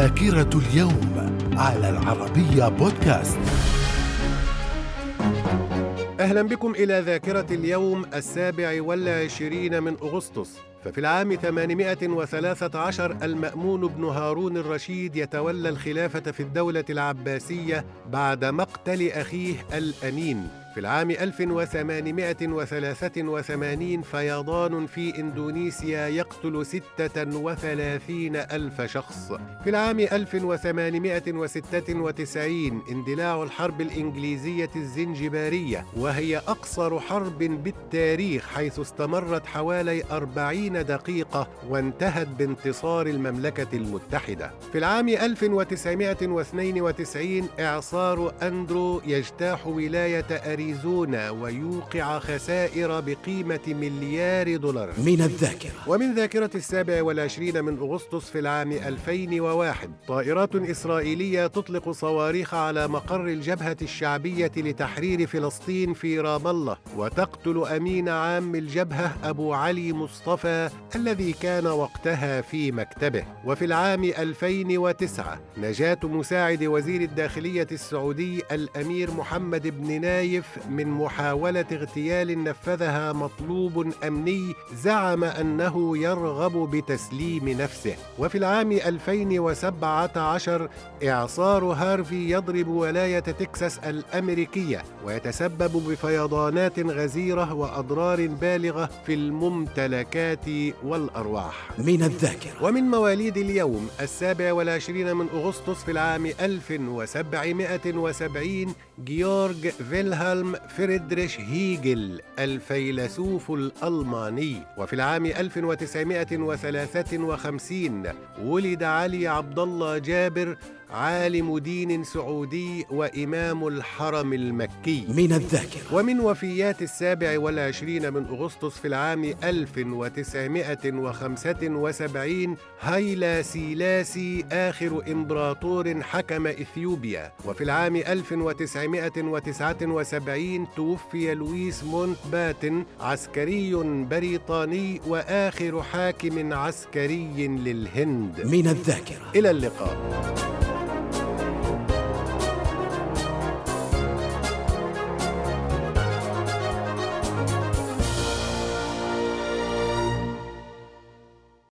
ذاكرة اليوم على العربية بودكاست. أهلا بكم إلى ذاكرة اليوم 27 من أغسطس. ففي العام 813 المأمون بن هارون الرشيد يتولى الخلافة في الدولة العباسية بعد مقتل أخيه الأمين. في العام 1883 فيضان في إندونيسيا يقتل 36 ألف شخص. في العام 1896 اندلاع الحرب الإنجليزية الزنجبارية، وهي أقصر حرب بالتاريخ، حيث استمرت حوالي 40 دقيقة وانتهت بانتصار المملكة المتحدة. في العام 1992 إعصار أندرو يجتاح ولاية أريزونا ويوقع خسائر بقيمة مليار دولار. من الذاكرة. ومن ذاكرة 27 من أغسطس في العام 2001 طائرات إسرائيلية تطلق صواريخ على مقر الجبهة الشعبية لتحرير فلسطين في رام الله، وتقتل أمين عام الجبهة أبو علي مصطفى الذي كان وقتها في مكتبه. وفي العام 2009 نجاة مساعد وزير الداخلية السعودي الأمير محمد بن نايف من محاولة اغتيال نفذها مطلوب أمني زعم أنه يرغب بتسليم نفسه. وفي العام 2017 إعصار هارفي يضرب ولاية تكساس الأمريكية ويتسبب بفيضانات غزيرة وأضرار بالغة في الممتلكات والأرواح. من الذاكرة. ومن مواليد اليوم 27 من أغسطس في العام 1770 جيورغ فيلهلم فريدريش هيجل الفيلسوف الألماني. وفي العام 1953 ولد علي عبد الله جابر، عالم دين سعودي وإمام الحرم المكي. من الذاكرة. ومن وفيات 27 من أغسطس في العام 1975 هايلا سيلاسي آخر إمبراطور حكم إثيوبيا. وفي العام 1979 توفي لويس مونتباتن، عسكري بريطاني وآخر حاكم عسكري للهند. من الذاكرة. إلى اللقاء.